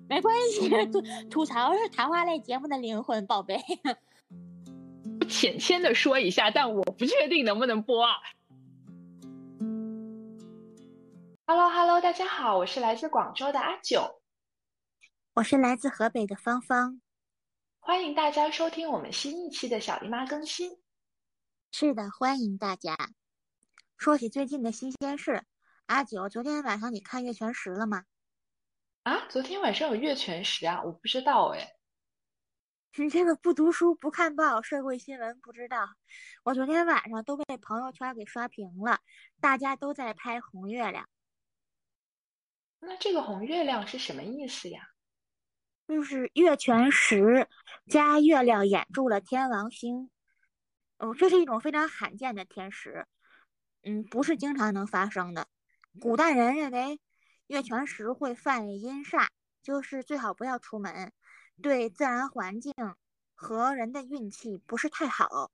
没关系，吐槽是谈话类节目的灵魂，宝贝。 浅浅的说一下，但我不确定能不能播啊。 Hello，大家好，我是来自广州的阿九， 我是来自河北的芳芳。 欢迎大家收听我们新一期的小姨妈更新。 是的，欢迎大家。说起最近的新鲜事，阿九，昨天晚上你看月全食了吗？ 啊，昨天晚上有月全食啊？我不知道哎。 你这个不读书不看报，社会新闻不知道。我昨天晚上都被朋友圈给刷屏了，大家都在拍红月亮。 那这个红月亮是什么意思呀？ 就是月全食加月亮掩住了天王星。这是一种非常罕见的天食，不是经常能发生的。古代人认为月全食会犯阴煞，就是最好不要出门，对自然环境和人的运气不是太好。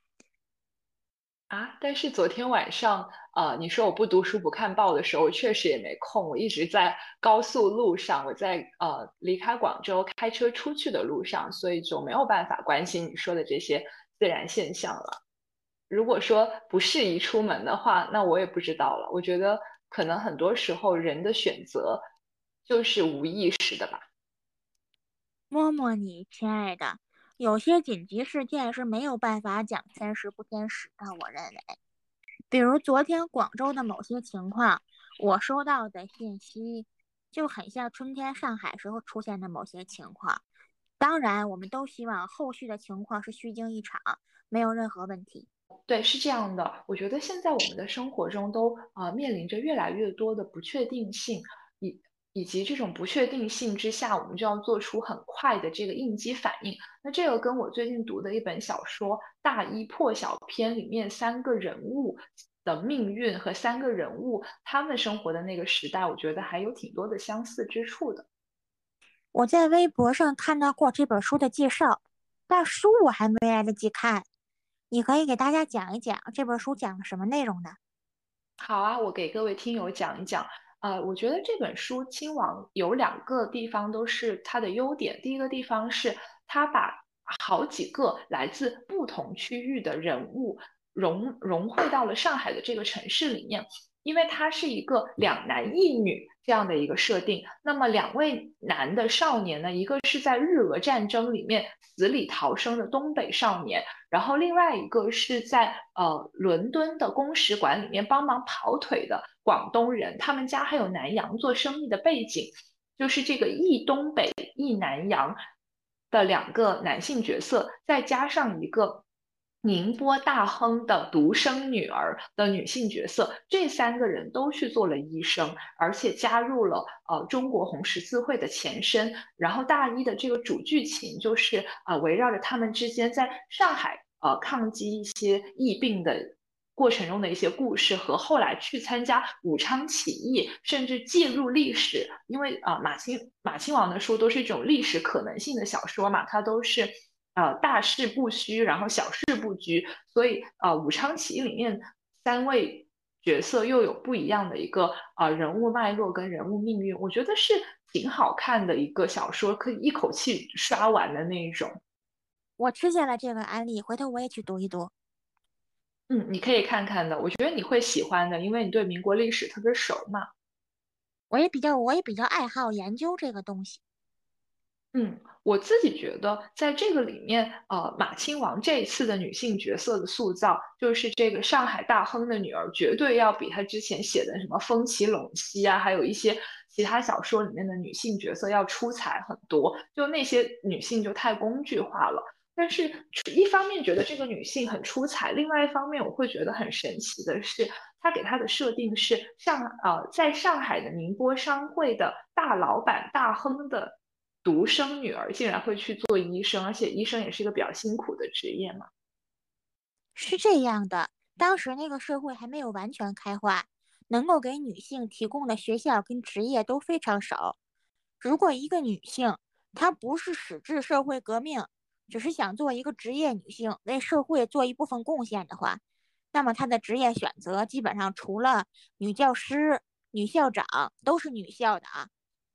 啊，但是昨天晚上，你说我不读书不看报的时候，我确实也没空，我一直在高速路上，我在离开广州开车出去的路上，所以就没有办法关心你说的这些自然现象了。如果说不适宜出门的话，那我也不知道了。我觉得可能很多时候人的选择就是无意识的吧。 摸摸你，亲爱的，有些紧急事件是没有办法讲天时不天时的，我认为。比如昨天广州的某些情况，我收到的信息就很像春天上海时候出现的某些情况。当然，我们都希望后续的情况是虚惊一场，没有任何问题。 对，是这样的。我觉得现在我们的生活中都面临着越来越多的不确定性，以及这种不确定性之下，我们就要做出很快的这个应激反应。那这个跟我最近读的一本小说《大一破晓篇》里面三个人物的命运和三个人物他们生活的那个时代，我觉得还有挺多的相似之处的。 我在微博上看到过这本书的介绍，但书我还没来得及看。你可以给大家讲一讲这本书讲了什么内容呢？ 好啊，我给各位听友讲一讲。我觉得这本书亲王有两个地方都是它的优点。第一个地方是它把好几个来自不同区域的人物融汇到了上海的这个城市里面。因为它是一个两男一女这样的一个设定，那么两位男的少年呢，一个是在日俄战争里面死里逃生的东北少年，然后另外一个是在伦敦的公使馆里面帮忙跑腿的广东人，他们家还有南洋做生意的背景，就是这个一东北一南洋的两个男性角色，再加上一个宁波大亨的独生女儿的女性角色，这三个人都去做了医生，而且加入了中国红十字会的前身。然后大一的这个主剧情就是围绕着他们之间在上海抗击一些疫病的过程中的一些故事，和后来去参加武昌起义，甚至介入历史。因为马亲王的书都是一种历史可能性的小说嘛，它都是大事不虚，然后小事不拘，所以武昌起义里面三位角色又有不一样的一个人物脉络跟人物命运，我觉得是挺好看的一个小说，可以一口气刷完的那一种。 我吃下了这个案例，回头我也去读一读。 你可以看看的，我觉得你会喜欢的，因为你对民国历史特别熟嘛。 我也比较爱好研究这个东西。 我自己觉得在这个里面，马亲王这一次的女性角色的塑造，就是这个上海大亨的女儿，绝对要比他之前写的什么风起陇西啊，还有一些其他小说里面的女性角色要出彩很多。就那些女性就太工具化了。但是，一方面觉得这个女性很出彩，另外一方面我会觉得很神奇的是，她给她的设定是在上海的宁波商会的大老板大亨的独生女儿竟然会去做医生，而且医生也是一个比较辛苦的职业嘛。 是这样的，当时那个社会还没有完全开化，能够给女性提供的学校跟职业都非常少。如果一个女性她不是矢志社会革命，只是想做一个职业女性，为社会做一部分贡献的话，那么她的职业选择基本上除了女教师、女校长都是女校的啊。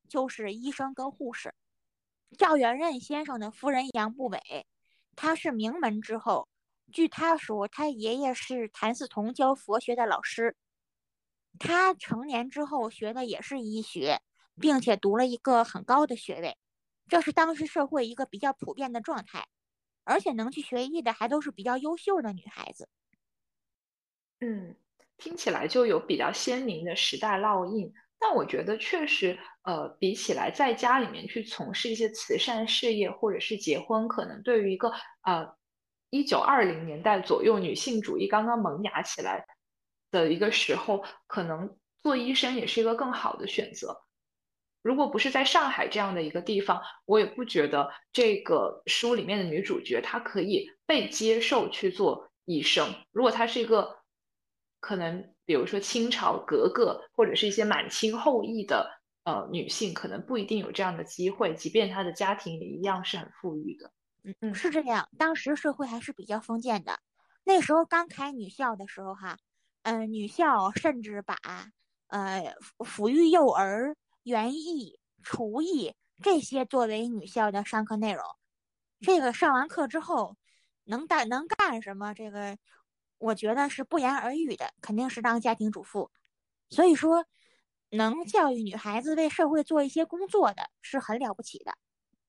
就是医生跟护士。赵元任先生的夫人杨步伟，她是名门之后，据他说，他爷爷是谭嗣同教佛学的老师。他成年之后学的也是医学，并且读了一个很高的学位，这是当时社会一个比较普遍的状态。而且能去学医的还都是比较优秀的女孩子。 听起来就有比较鲜明的时代烙印。但我觉得确实，比起来在家里面去从事一些慈善事业或者是结婚，可能对于一个1920年代左右女性主义刚刚萌芽起来的一个时候，可能做医生也是一个更好的选择。如果不是在上海这样的一个地方，我也不觉得这个书里面的女主角她可以被接受去做医生。如果她是一个可能，比如说清朝格格或者是一些满清后裔的女性，可能不一定有这样的机会，即便她的家庭也一样是很富裕的。 是这样，当时社会还是比较封建的。那时候刚开女校的时候哈，女校甚至把抚育幼儿、园艺、厨艺这些作为女校的上课内容。这个上完课之后能干什么？这个我觉得是不言而喻的，肯定是当家庭主妇。所以说，能教育女孩子为社会做一些工作的是很了不起的。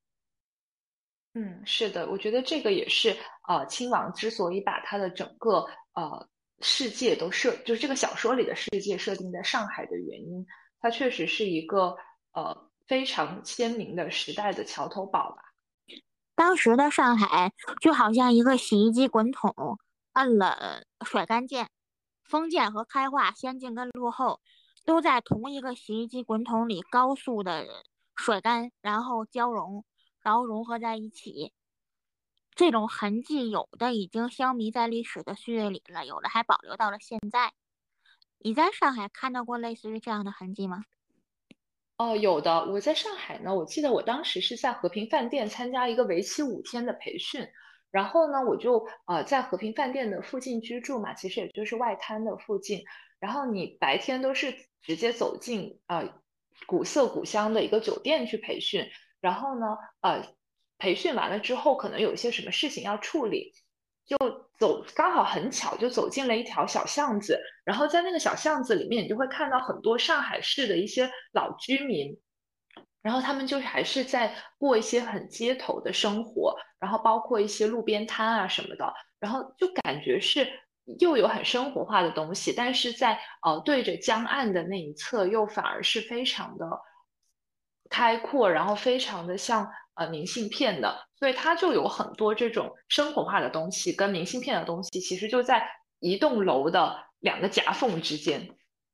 是的，我觉得这个也是亲王之所以把他的整个世界都就是这个小说里的世界设定在上海的原因。它确实是一个非常鲜明的时代的桥头堡吧。 当时的上海就好像一个洗衣机滚筒，摁了甩干键，封建和开化、先进跟落后都在同一个洗衣机滚筒里高速的甩干，然后交融，然后融合在一起。这种痕迹有的已经消弭在历史的岁月里了，有的还保留到了现在。你在上海看到过类似于这样的痕迹吗？ 哦，有的。我在上海呢，我记得我当时是在和平饭店参加一个为期5天的培训，然后呢，我就在和平饭店的附近居住嘛，其实也就是外滩的附近。然后你白天都是直接走进古色古香的一个酒店去培训，然后呢培训完了之后，可能有一些什么事情要处理，刚好很巧就走进了一条小巷子。然后在那个小巷子里面，你就会看到很多上海市的一些老居民，然后他们就还是在过一些很街头的生活，然后包括一些路边摊啊什么的，然后就感觉是又有很生活化的东西，但是在对着江岸的那一侧，又反而是非常的开阔，然后非常的像明信片的，所以它就有很多这种生活化的东西跟明信片的东西，其实就在一栋楼的2个夹缝之间。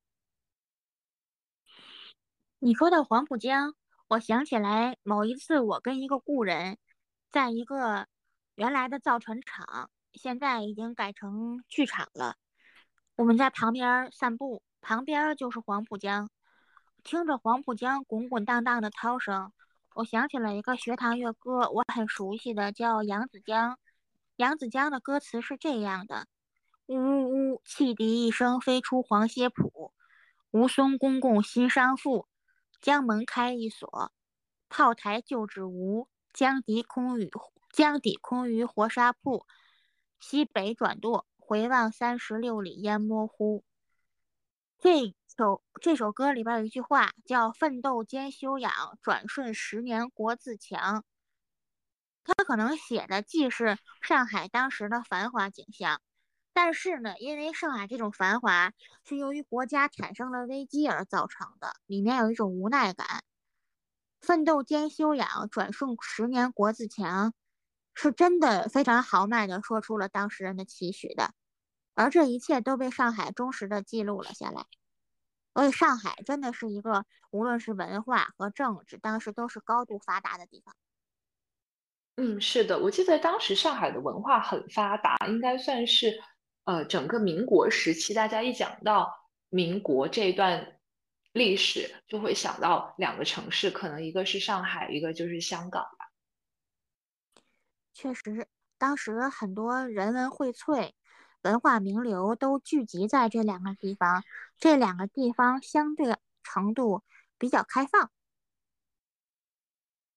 你说到黄浦江，我想起来某一次我跟一个故人，在一个原来的造船厂，现在已经改成剧场了。我们在旁边散步，旁边就是黄浦江，听着黄浦江滚滚荡荡的涛声，我想起了一个学堂乐歌，我很熟悉的，叫《扬子江》。扬子江的歌词是这样的：呜呜呜，汽笛一声飞出黄歇浦，吴淞公共新商埠，江门开一所，炮台旧址无，江底空余活沙铺，西北转舵，回望36里烟模糊。这首歌里边有一句话叫“奋斗兼修养，转瞬10年国自强”。他可能写的既是上海当时的繁华景象，但是呢，因为上海这种繁华是由于国家产生了危机而造成的，里面有一种无奈感。奋斗兼修养，转瞬10年国自强，是真的非常豪迈的说出了当事人的期许的，而这一切都被上海忠实的记录了下来。所以上海真的是一个无论是文化和政治，当时都是高度发达的地方。 是的，我记得当时上海的文化很发达，应该算是整个民国时期，大家一讲到民国这一段历史，就会想到2个城市，可能一个是上海，一个就是香港吧。 确实，当时很多人文荟萃、文化名流都聚集在这2个地方，这2个地方相对程度比较开放。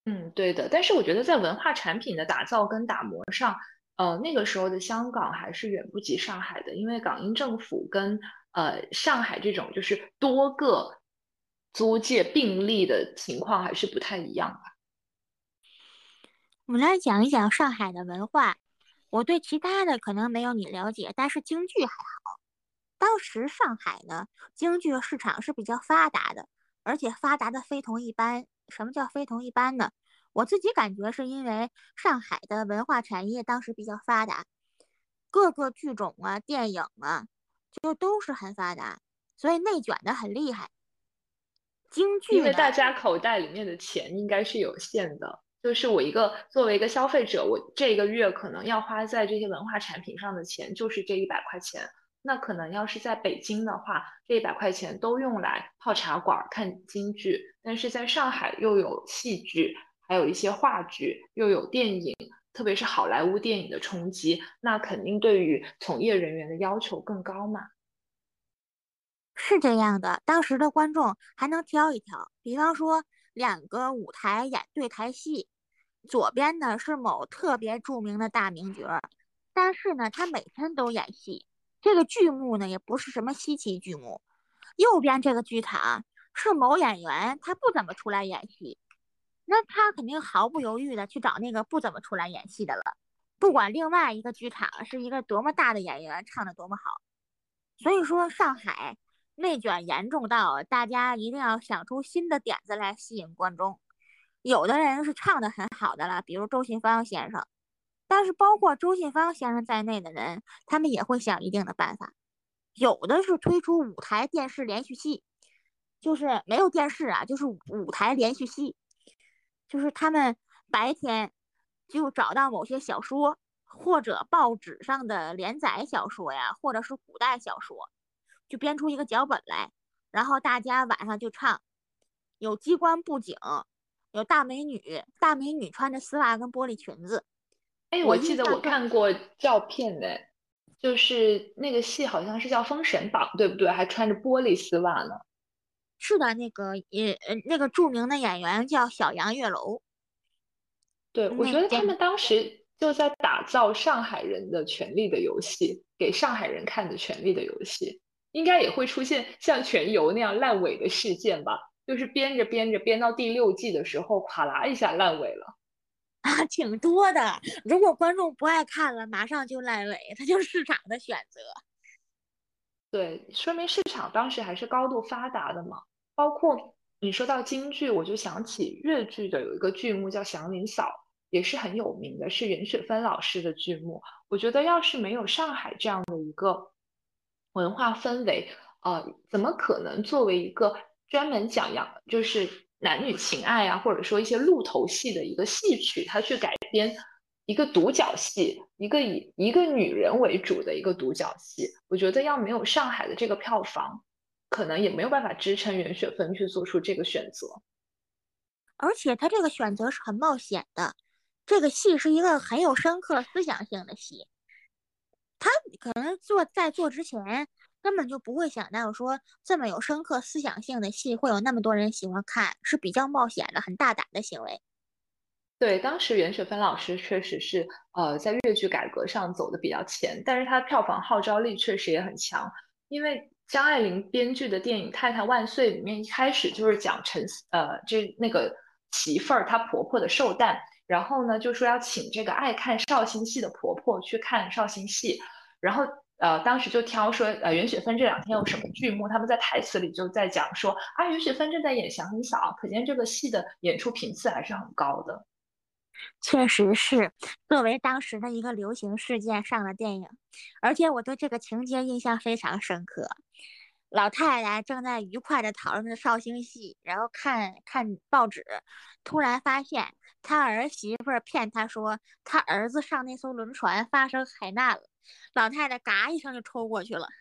嗯，对的。但是我觉得在文化产品的打造跟打磨上，那个时候的香港还是远不及上海的，因为港英政府跟上海这种就是多个租界并立的情况还是不太一样吧。 我们来讲一讲上海的文化。我对其他的可能没有你了解，但是京剧还好。当时上海呢，京剧市场是比较发达的，而且发达的非同一般。什么叫非同一般呢？我自己感觉是因为上海的文化产业当时比较发达，各个剧种啊、电影啊，就都是很发达，所以内卷的很厉害。京因为大剧呢， 家口袋里面的钱应该是有限的，就是我作为一个消费者，我这个月可能要花在这些文化产品上的钱就是这100块钱。那可能要是在北京的话，这100块钱都用来泡茶馆看京剧，但是在上海又有戏剧，还有一些话剧，又有电影，特别是好莱坞电影的冲击，那肯定对于从业人员的要求更高嘛。 是这样的，当时的观众还能挑一挑，比方说两个舞台演对台戏，左边呢是某特别著名的大名角，但是呢他每天都演戏，这个剧目呢也不是什么稀奇剧目。右边这个剧场是某演员，他不怎么出来演戏，那他肯定毫不犹豫的去找那个不怎么出来演戏的了，不管另外一个剧场是一个多么大的演员唱的多么好。所以说，上海内卷严重到大家一定要想出新的点子来吸引观众。有的人是唱的很好的了，比如周信芳先生，但是包括周信芳先生在内的人，他们也会想一定的办法。有的是推出舞台电视连续戏，就是没有电视啊，就是舞台连续戏，就是他们白天就找到某些小说或者报纸上的连载小说呀，或者是古代小说，就编出一个脚本来，然后大家晚上就唱，有机关布景，有大美女，大美女穿着丝袜跟玻璃裙子。 哎， 我我记得我印象中看过照片呢，就是那个戏好像是叫《封神榜》，对不对？还穿着玻璃丝袜呢。 是的，那个著名的演员叫小杨月楼， 对，我觉得他那演们当时就在打造上海人的权利的游戏，给上海人看的权利的游戏，应该也会出现像全游那样烂尾的事件吧？就是编着编着编到第6季的时候，哗啦一下烂尾了。 啊挺多的。如果观众不爱看了，马上就烂尾，它就是市场的选择。 对，说明市场当时还是高度发达的嘛。包括你说到京剧，我就想起粤剧的有一个剧目叫《祥林嫂》，也是很有名的，是袁雪芬老师的剧目。我觉得要是没有上海这样的一个文化氛围，怎么可能作为一个专门讲就是男女情爱啊，或者说一些路头戏的一个戏曲，它去改编一个独角戏，一个以一个女人为主的一个独角戏？我觉得要没有上海的这个票房，可能也没有办法支撑袁雪芬去做出这个选择。 而且他这个选择是很冒险的，这个戏是一个很有深刻思想性的戏，可能在做之前根本就不会想到说这么有深刻思想性的戏会有那么多人喜欢看，是比较冒险的、很大胆的行为。 对，当时袁雪芬老师确实是在粤剧改革上走的比较前，但是她票房号召力确实也很强。因为张爱玲编剧的电影《太太万岁》里面一开始就是讲那个媳妇儿她婆婆的寿诞，然后呢就说要请这个爱看绍兴戏的婆婆去看绍兴戏，然后当时就挑说袁雪芬这2天有什么剧目，他们在台词里就在讲说啊袁雪芬正在演祥林嫂，可见这个戏的演出频次还是很高的。 确实是作为当时的一个流行事件上了电影，而且我对这个情节印象非常深刻。老太太正在愉快地讨论着绍兴戏，然后看看报纸，突然发现他儿媳妇骗他说他儿子上那艘轮船发生海难了，老太太嘎一声就抽过去了。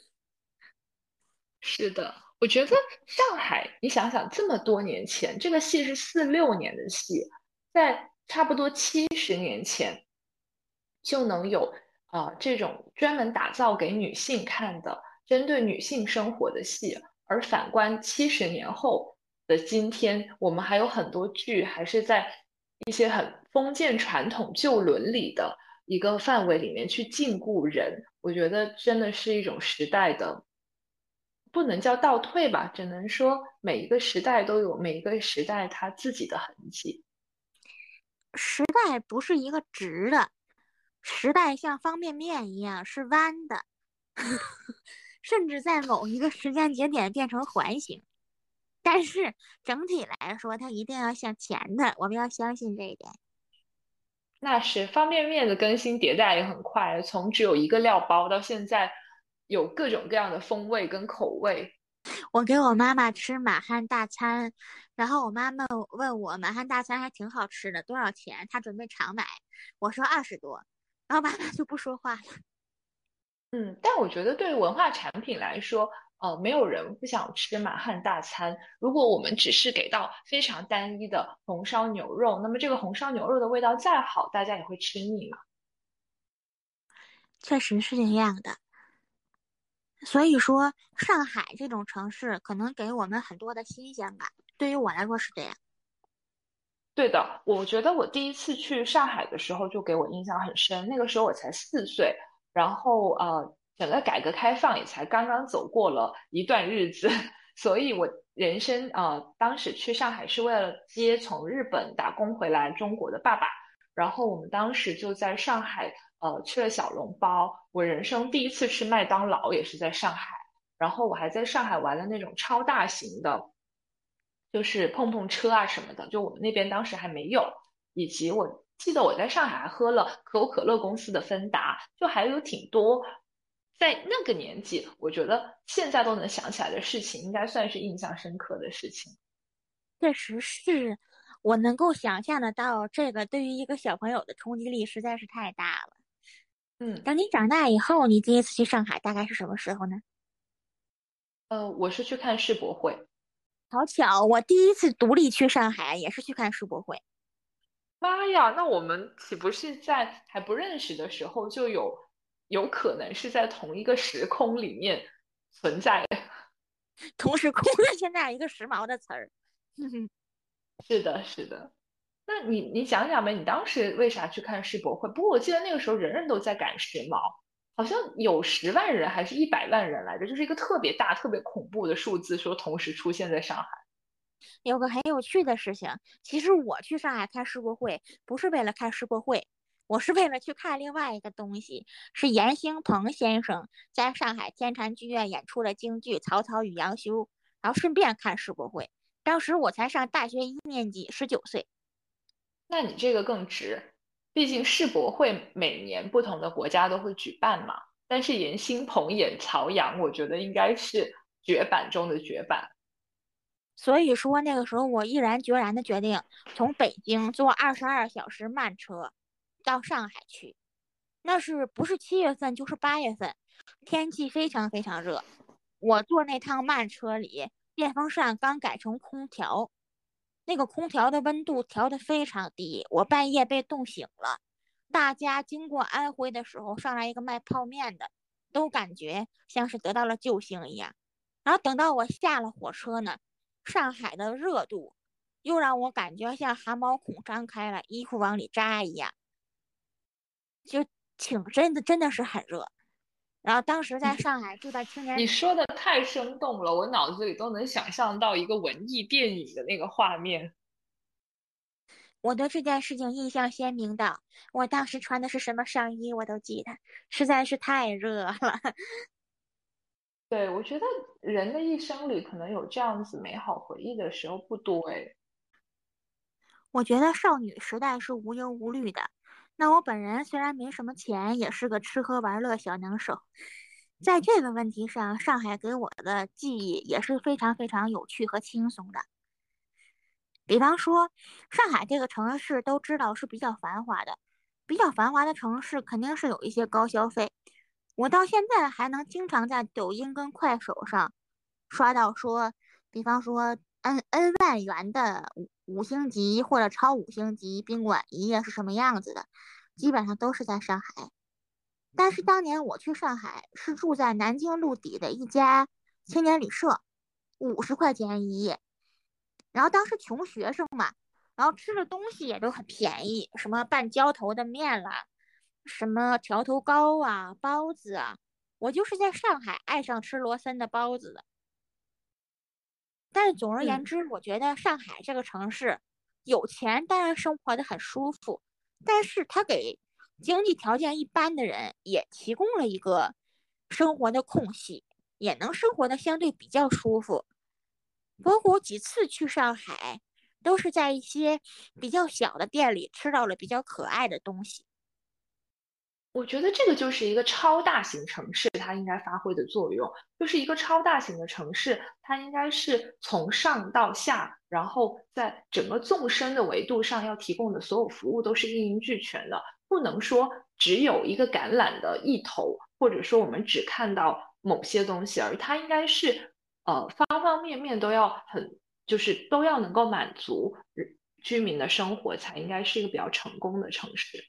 是的，我觉得上海，你想想，这么多年前，这个戏是46年的戏，在差不多70年前就能有这种专门打造给女性看的、针对女性生活的戏，而反观70年后的今天，我们还有很多剧还是在一些很封建传统旧伦理的一个范围里面去禁锢人，我觉得真的是一种时代的，不能叫倒退吧，只能说每一个时代都有每一个时代它自己的痕迹。 时代不是一个直的，时代像方便面一样是弯的，甚至在某一个时间节点变成环形。但是整体来说，它一定要向前的，我们要相信这一点。 那是方便面的更新迭代也很快，从只有一个料包到现在有各种各样的风味跟口味。 我给我妈妈吃满汉大餐，然后我妈妈问我满汉大餐还挺好吃的，多少钱？她准备常买，我说20多，然后妈妈就不说话了。 但我觉得对于文化产品来说，没有人不想吃满汉大餐。如果我们只是给到非常单一的红烧牛肉，那么这个红烧牛肉的味道再好，大家也会吃腻嘛。 确实是这样的。所以说，上海这种城市可能给我们很多的新鲜感，对于我来说是这样。 对的，我觉得我第一次去上海的时候就给我印象很深。那个时候我才4岁，然后整个改革开放也才刚刚走过了一段日子，所以我人生当时去上海是为了接从日本打工回来中国的爸爸，然后我们当时就在上海吃了小笼包，我人生第一次吃麦当劳也是在上海，然后我还在上海玩了那种超大型的。就是碰碰车啊什么的，就我们那边当时还没有，以及我记得我在上海还喝了可口可乐公司的芬达，就还有挺多在那个年纪，我觉得现在都能想起来的事情，应该算是印象深刻的事情。 确实是我能够想象得到，这个对于一个小朋友的冲击力实在是太大了。 嗯， 等你长大以后，你第一次去上海大概是什么时候呢？ 我是去看世博会。 好巧，我第一次独立去上海也是去看世博会。 妈呀，那我们岂不是在还不认识的时候就有可能是在同一个时空里面存在？ 同时空了现在一个时髦的词儿。 是的，是的。那你讲讲呗，你当时为啥去看世博会？不过我记得那个时候人人都在赶时髦，好像有10万人还是100万人来着，就是一个特别大、特别恐怖的数字，说同时出现在上海。 有个很有趣的事情，其实我去上海看世博会不是为了看世博会，我是为了去看另外一个东西，是严兴鹏先生在上海天坛剧院演出的京剧《曹操与杨修》，然后顺便看世博会。当时我才上大学1年级，19岁。 那你这个更值，毕竟世博会每年不同的国家都会举办嘛。但是严兴鹏演曹阳，我觉得应该是绝版中的绝版。 所以说那个时候我毅然决然的决定从北京坐22小时慢车到上海去。那是不是7月份就是8月份，天气非常非常热。我坐那趟慢车里，电风扇刚改成空调，那个空调的温度调得非常低，我半夜被冻醒了。大家经过安徽的时候，上来一个卖泡面的，都感觉像是得到了救星一样。然后等到我下了火车呢，上海的热度又让我感觉像汗毛孔张开了，衣服往里扎一样，就真的是很热。然后当时在上海住在青年， 你说的太生动了，我脑子里都能想象到一个文艺电影的那个画面。 我对这件事情印象鲜明的，我当时穿的是什么上衣我都记得，实在是太热了。 对，我觉得人的一生里可能有这样子美好回忆的时候不多诶。 我觉得少女时代是无忧无虑的。那我本人虽然没什么钱，也是个吃喝玩乐小能手。在这个问题上，上海给我的记忆也是非常非常有趣和轻松的。比方说，上海这个城市都知道是比较繁华的，比较繁华的城市肯定是有一些高消费。我到现在还能经常在抖音跟快手上刷到说，比方说 N 万元的5星级或者超5星级宾馆一夜是什么样子的，基本上都是在上海。但是当年我去上海是住在南京路底的一家青年旅社，50块钱一夜。然后当时穷学生嘛， 然后吃的东西也都很便宜，什么拌浇头的面啦，什么条头糕啊、包子啊。我就是在上海爱上吃罗森的包子的。但是总而言嗯。 之，我觉得上海这个城市有钱当然生活的很舒服，但是它给经济条件一般的人也提供了一个生活的空隙，也能生活的相对比较舒服。包括我几次去上海，都是在一些比较小的店里吃到了比较可爱的东西。 我觉得这个就是一个超大型城市它应该发挥的作用，就是一个超大型的城市，它应该是从上到下，然后在整个纵深的维度上要提供的所有服务都是一应俱全的，不能说只有一个橄榄的一头，或者说我们只看到某些东西，而它应该是方方面面都要就是都要能够满足居民的生活，才应该是一个比较成功的城市。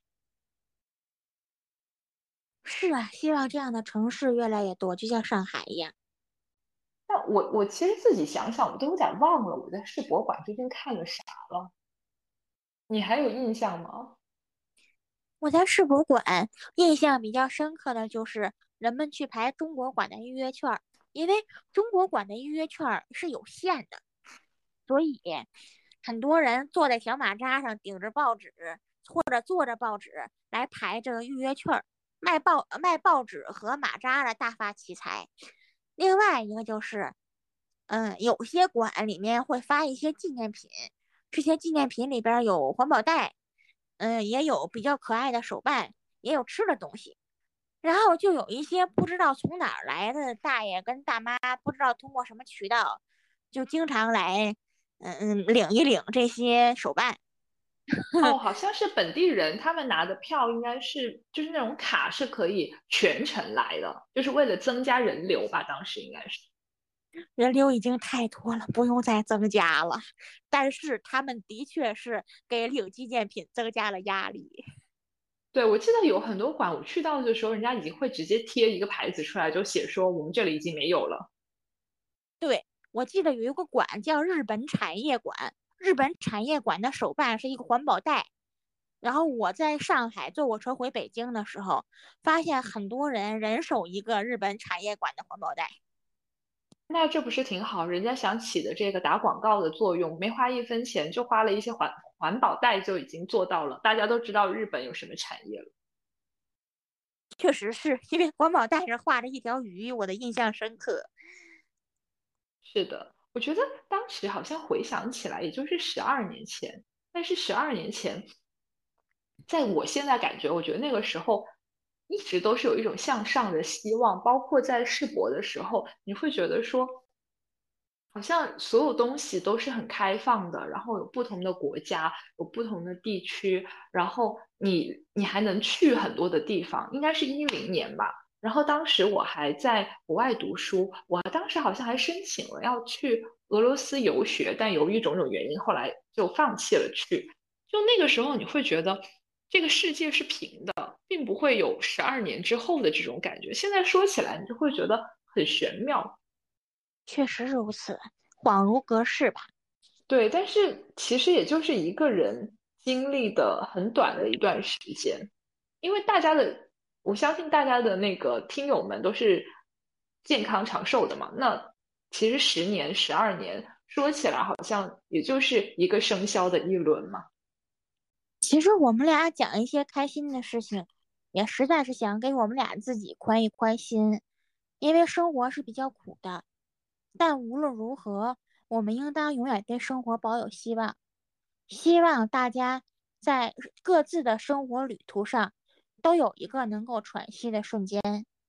是啊，希望这样的城市越来越多，就像上海一样。 但我其实自己想想，我都有点忘了我在世博馆究竟看了啥了。你还有印象吗？ 我在世博馆印象比较深刻的就是人们去排中国馆的预约券，因为中国馆的预约券是有限的，所以很多人坐在小马扎上顶着报纸或者坐着报纸来排这个预约券，卖报纸和马扎的大发其财。另外一个就是，有些馆里面会发一些纪念品，这些纪念品里边有环保袋，也有比较可爱的手办，也有吃的东西。然后就有一些不知道从哪儿来的大爷跟大妈，不知道通过什么渠道，就经常来，领一领这些手办。 哦，好像是本地人，他们拿的票应该是就是那种卡是可以全程来的，就是为了增加人流吧，当时应该是。 人流已经太多了，不用再增加了。但是他们的确是给领纪念品增加了压力。 对，我记得有很多馆，我去到的时候，人家已经会直接贴一个牌子出来，就写说我们这里已经没有了。 对，我记得有一个馆叫日本产业馆，日本产业馆的手办是一个环保袋。然后我在上海坐火车回北京的时候，发现很多人人手一个日本产业馆的环保袋。 那这不是挺好？人家想起的这个打广告的作用，没花一分钱，就花了一些环保袋就已经做到了。大家都知道日本有什么产业了。 确实是因为环保袋上画着一条鱼，我的印象深刻。 是的，我觉得当时好像回想起来，也就是12年前。但是12年前，在我现在感觉，我觉得那个时候一直都是有一种向上的希望，包括在世博的时候，你会觉得说，好像所有东西都是很开放的，然后有不同的国家，有不同的地区，然后你还能去很多的地方，应该是2010年吧。然后当时我还在国外读书，我当时好像还申请了要去俄罗斯游学，但由于种种原因，后来就放弃了去。就那个时候，你会觉得这个世界是平的，并不会有12年之后的这种感觉。现在说起来，你就会觉得很玄妙。 确实如此，恍如隔世吧。 对，但是其实也就是一个人经历的很短的一段时间，因为我相信大家的那个听友们都是健康长寿的嘛，那其实10年、12年说起来好像也就是一个生肖的一轮嘛。 其实我们俩讲一些开心的事情，也实在是想给我们俩自己宽一宽心，因为生活是比较苦的。但无论如何，我们应当永远对生活抱有希望。希望大家在各自的生活旅途上都有一个能够喘息的瞬间。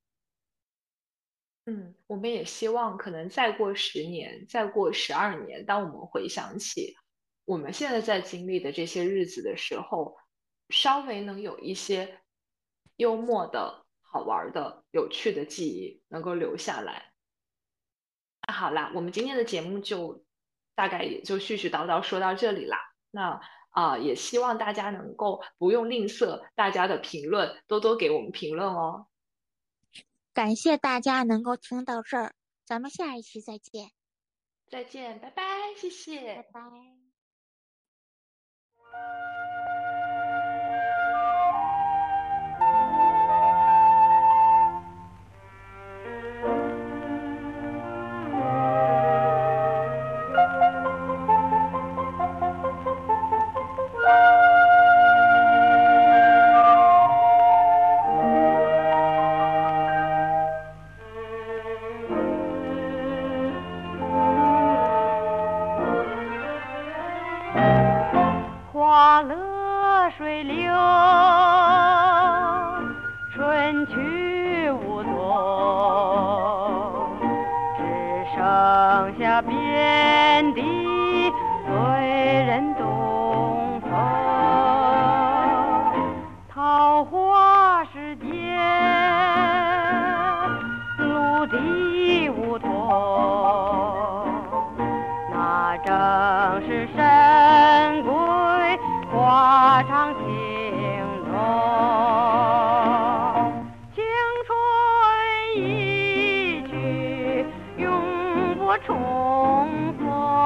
嗯，我们也希望可能再过10年，再过12年，当我们回想起我们现在在经历的这些日子的时候，稍微能有一些幽默的、好玩的、有趣的记忆能够留下来。那好啦，我们今天的节目就大概也就絮絮叨叨说到这里啦。那也希望大家能够不用吝啬大家的评论，多多给我们评论哦。 感谢大家能够听到这儿，咱们下一期再见， 再见，拜拜，谢谢。 拜拜。 天地醉人东风，桃花世界陆地梧桐，那正是神归花场情浓，青春一去永不重逢，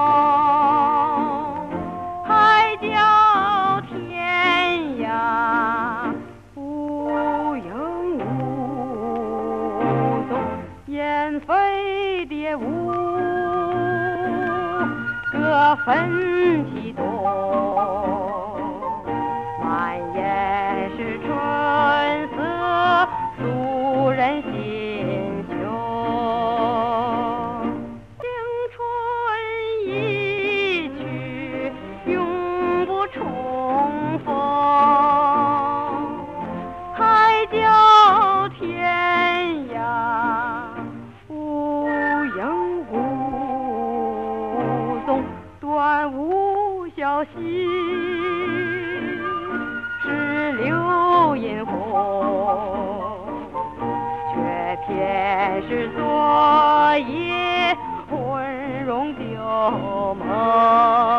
海角天涯无影无踪，雁飞蝶舞各分其东，满眼是春色诉人心胸，青春一去永不重逢，海角天涯无影无踪，断无消息，是柳荫红，却偏是昨夜魂容旧梦。